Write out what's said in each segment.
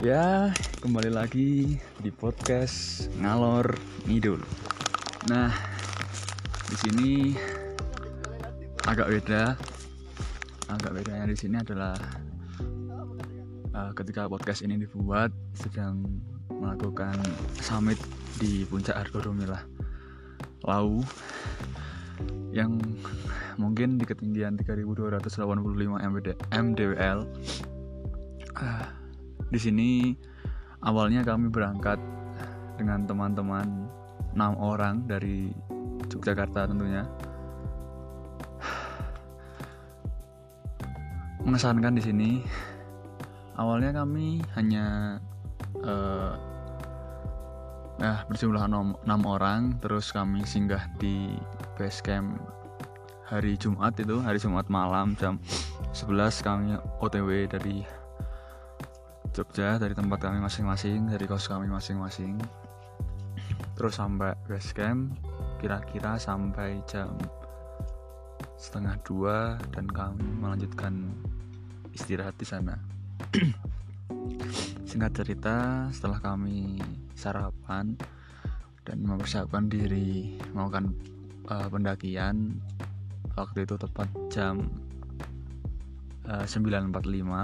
Ya, kembali lagi di podcast Ngalor Ngidul. Nah, di sini agak beda. Agak bedanya di sini adalah ketika podcast ini dibuat sedang melakukan summit di puncak Argodomilah Lau yang mungkin di ketinggian 3285 mdwL. Di sini awalnya kami berangkat dengan teman-teman 6 orang dari Yogyakarta tentunya. Mengesankan di sini. Awalnya kami hanya berjumlah 6 orang, terus kami singgah di base camp hari Jumat malam jam 11 kami OTW dari Jogja, dari tempat kami masing-masing, dari kos kami masing-masing, terus sampai base camp kira-kira sampai jam 1:30 dan kami melanjutkan istirahat di sana. Singkat cerita, setelah kami sarapan dan mempersiapkan diri melakukan pendakian, waktu itu tepat jam 9.45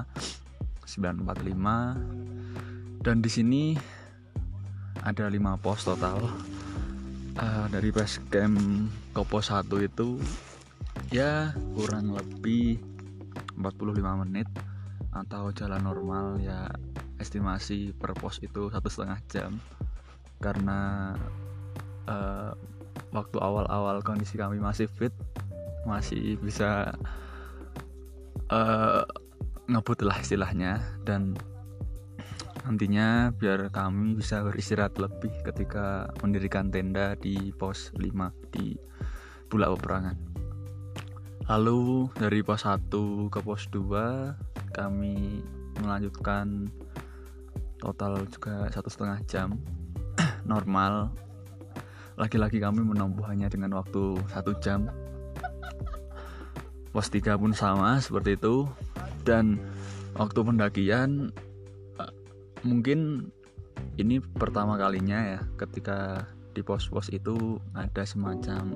dan di sini ada 5 pos total. Dari base camp ke pos 1 itu ya kurang lebih 45 menit, atau jalan normal ya estimasi per pos itu 1,5 jam, karena waktu awal-awal kondisi kami masih fit, masih bisa ngebut lah istilahnya, dan nantinya biar kami bisa beristirahat lebih ketika mendirikan tenda di pos 5 di Bulak Peperangan. Lalu dari pos 1 ke pos 2 kami melanjutkan total juga 1,5 jam normal. Lagi-lagi kami menempuh hanya dengan waktu 1 jam. Pos 3 pun sama seperti itu. Dan waktu pendakian mungkin ini pertama kalinya ya ketika di pos-pos itu ada semacam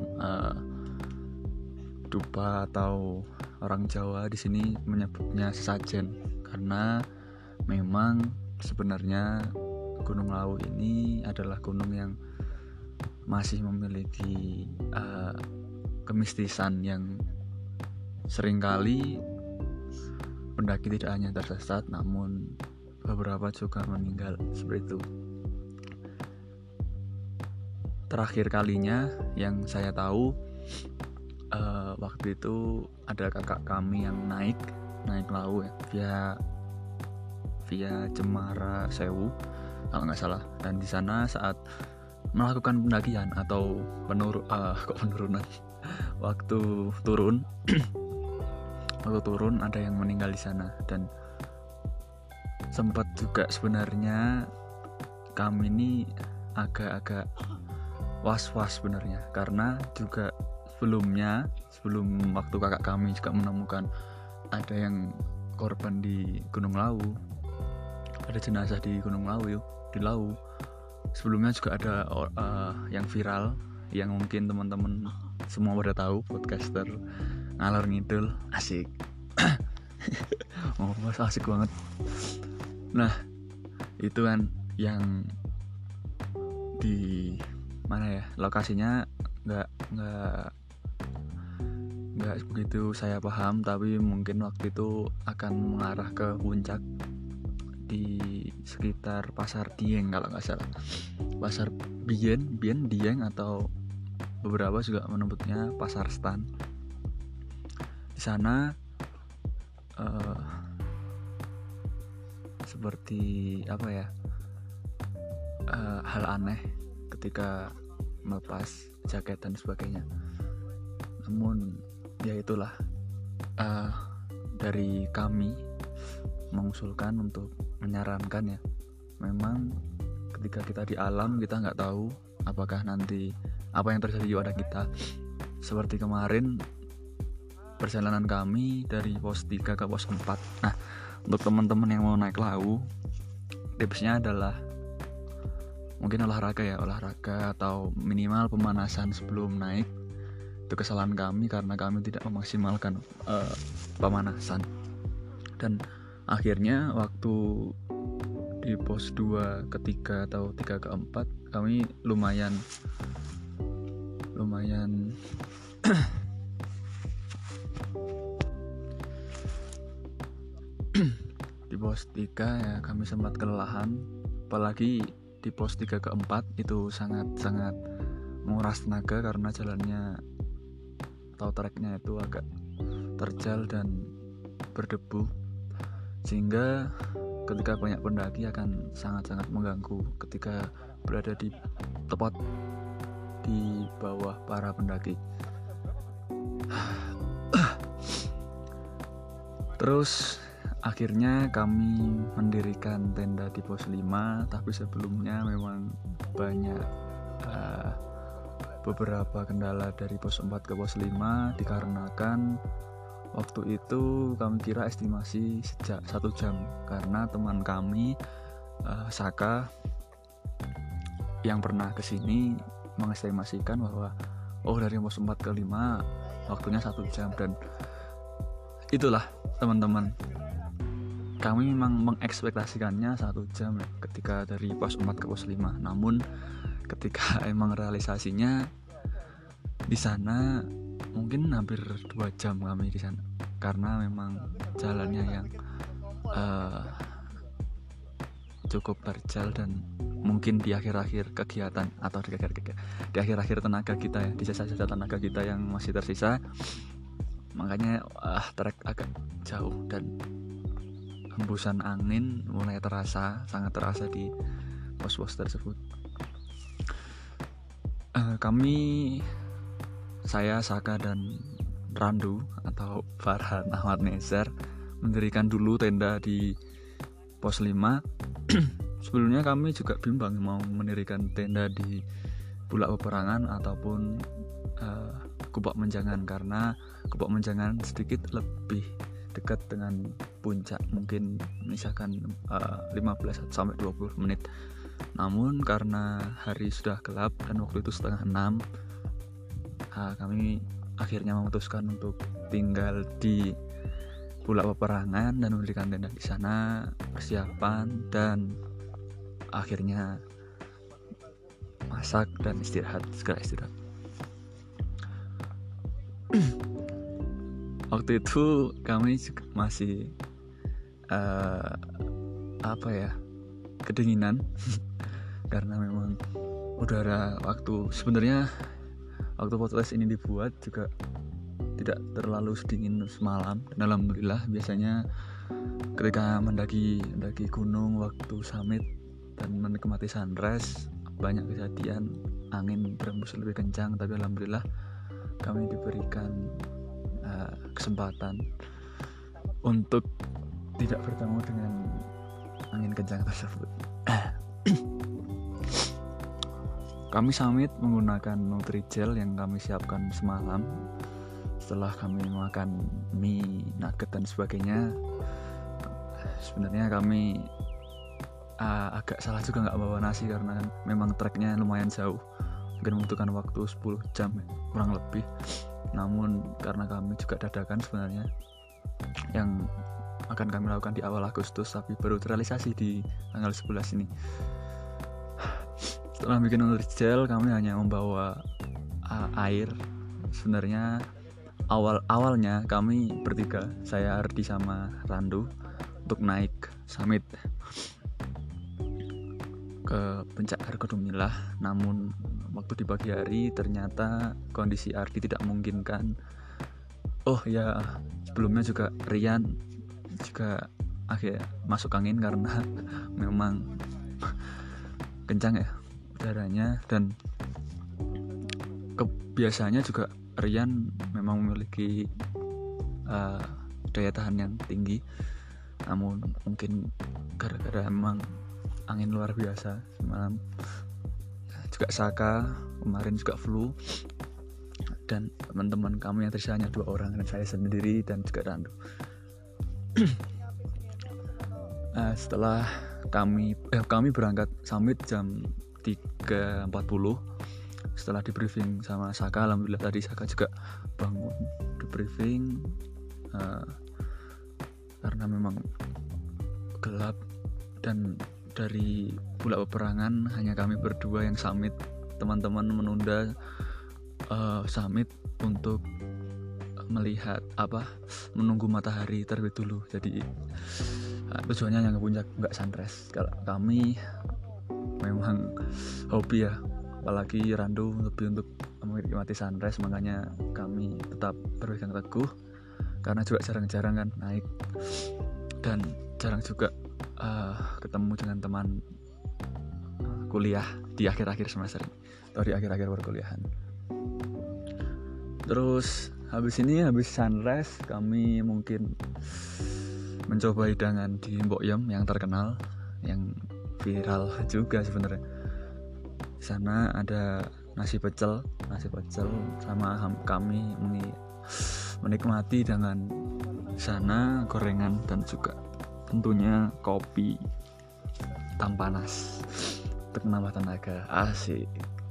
dupa, atau orang Jawa di sini menyebutnya sesajen, karena memang sebenarnya Gunung Lawu ini adalah gunung yang masih memiliki kemistisan yang seringkali pendaki tidak hanya tersesat, namun beberapa juga meninggal seperti itu. Terakhir kalinya yang saya tahu, waktu itu ada kakak kami yang naik Lawu ya, via Cemara Sewu kalau nggak salah, dan di sana saat melakukan pendakian atau penurunan waktu turun ada yang meninggal di sana. Dan sempat juga sebenarnya kami ini agak-agak was-was sebenarnya, karena juga sebelum waktu kakak kami juga menemukan ada yang korban di Gunung Lawu, ada jenazah di Gunung Lawu, di Lawu. Sebelumnya juga ada yang viral, yang mungkin teman-teman semua pada tahu, podcaster Ngalor Ngidul, asik. Bahas asik banget. Nah, itu kan yang di mana ya, lokasinya nggak begitu saya paham, tapi mungkin waktu itu akan mengarah ke puncak di sekitar Pasar Dieng kalau nggak salah, Pasar Dieng, atau beberapa juga menyebutnya Pasar Stan. Di sana seperti apa ya, hal aneh ketika melepas jaket dan sebagainya. Namun ya itulah, dari kami mengusulkan untuk menyarankan ya, memang ketika kita di alam kita nggak tahu apakah nanti apa yang terjadi pada kita. Seperti kemarin perjalanan kami dari pos 3 ke pos 4. Nah, untuk teman-teman yang mau naik Lawu, tipsnya adalah mungkin olahraga atau minimal pemanasan sebelum naik. Itu kesalahan kami karena kami tidak memaksimalkan pemanasan. Dan akhirnya waktu di pos 2 ke 3 atau 3 ke 4 kami lumayan di pos 3 ya kami sempat kelelahan, apalagi di pos 3 ke 4 itu sangat menguras tenaga karena jalannya atau treknya itu agak terjal dan berdebu, sehingga ketika banyak pendaki akan sangat mengganggu ketika berada di tepat di bawah para pendaki. Terus akhirnya kami mendirikan tenda di pos 5, tapi sebelumnya memang banyak beberapa kendala dari pos 4 ke pos 5 dikarenakan waktu itu kami kira estimasi sejak 1 jam karena teman kami Saka yang pernah kesini mengestimasikan bahwa dari pos 4 ke 5 waktunya 1 jam, dan itulah teman-teman, kami memang mengekspektasikannya 1 jam ya, ketika dari pos 4 ke pos 5. Namun ketika emang realisasinya di sana mungkin hampir 2 jam kami di sana karena memang jalannya yang cukup terjal dan mungkin di akhir-akhir kegiatan atau di akhir-akhir tenaga kita ya, di sisa-sisa tenaga kita yang masih tersisa, makanya trek agak jauh dan hembusan angin mulai sangat terasa di pos-pos tersebut. Saya, Saka, dan Randu atau Farhan Ahmad Nezer mendirikan dulu tenda di pos 5. Sebelumnya kami juga bimbang mau mendirikan tenda di Bulak Peperangan ataupun Kubak Menjangan, karena Kubak Menjangan sedikit lebih dekat dengan puncak, mungkin misalkan 15 sampai 20 menit. Namun karena hari sudah gelap dan waktu itu 5:30, kami akhirnya memutuskan untuk tinggal di Bulak Peperangan dan mendirikan tenda di sana, persiapan, dan akhirnya masak dan segera istirahat. Waktu itu kami juga masih kedinginan karena memang udara sebenarnya waktu podcast ini dibuat juga tidak terlalu sedingin semalam, dan alhamdulillah biasanya ketika mendaki gunung waktu summit dan menikmati sunrise banyak kejadian angin berembus lebih kencang, tapi alhamdulillah kami diberikan kesempatan untuk tidak bertemu dengan angin kencang tersebut. Kami summit menggunakan Nutrijel yang kami siapkan semalam. Setelah kami makan mie, nugget dan sebagainya, sebenarnya kami agak salah juga nggak bawa nasi karena memang treknya lumayan jauh, mungkin membutuhkan waktu 10 jam kurang lebih. Namun karena kami juga dadakan sebenarnya, yang akan kami lakukan di awal Agustus tapi baru terrealisasi di tanggal 11 ini. Setelah bikin Nutrijel, kami hanya membawa air. Sebenarnya awalnya kami bertiga, saya, Ardi, sama Randu, untuk naik summit ke puncak Argodumilah. Namun waktu di pagi hari ternyata kondisi Ardi tidak memungkinkan. Sebelumnya juga Rian juga akhirnya masuk angin karena memang kencang ya udaranya, dan biasanya juga Rian memang memiliki daya tahan yang tinggi, namun mungkin gara-gara memang angin luar biasa semalam. Juga Saka kemarin juga flu, dan teman-teman kami yang tersisa hanya 2 orang, dan saya sendiri dan juga Randu. Setelah kami berangkat summit jam 3.40. Setelah di briefing sama Saka, alhamdulillah tadi Saka juga bangun di briefing karena memang gelap dan dari pula peperangan hanya kami berdua yang summit. Teman-teman menunda summit untuk melihat menunggu matahari terbit dulu. Jadi tujuannya yang ke puncak, nggak sunrise. Kalau kami memang hobi ya, apalagi Randu lebih untuk menikmati sunrise, makanya kami tetap berpegang teguh karena juga jarang-jarang kan naik dan jarang juga ketemu dengan teman kuliah di akhir-akhir semester atau di akhir-akhir perkuliahan. Terus habis sunrise kami mungkin mencoba hidangan di Mbok Yem yang terkenal, yang viral juga sebenarnya. Di sana ada nasi pecel sama kami menikmati dengan sana gorengan dan juga tentunya kopi hitam panas untuk menambah tenaga. Asik.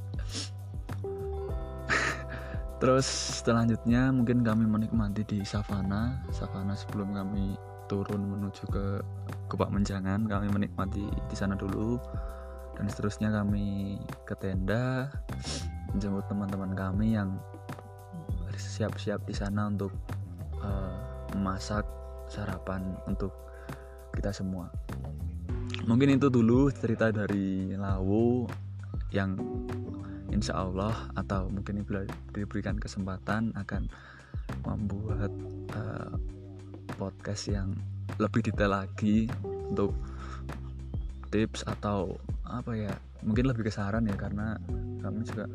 Terus selanjutnya mungkin kami menikmati di savana sebelum kami turun menuju ke Pak Menjangan. Kami menikmati di sana dulu dan seterusnya kami ke tenda menjemput teman-teman kami yang siap-siap di sana untuk memasak sarapan untuk kita semua. Mungkin itu dulu cerita dari Lawu yang insya Allah atau mungkin bila diberikan kesempatan akan membuat podcast yang lebih detail lagi untuk tips atau mungkin lebih ke saran ya, karena kami juga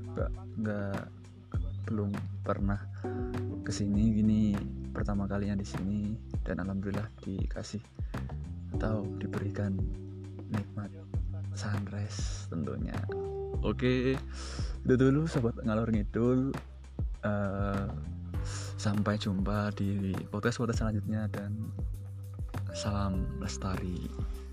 belum pernah kesini, gini pertama kalinya di sini dan alhamdulillah dikasih atau diberikan nikmat sunrise tentunya. Oke, itu dulu sobat ngalor ngidul. Sampai jumpa di podcast selanjutnya dan salam lestari.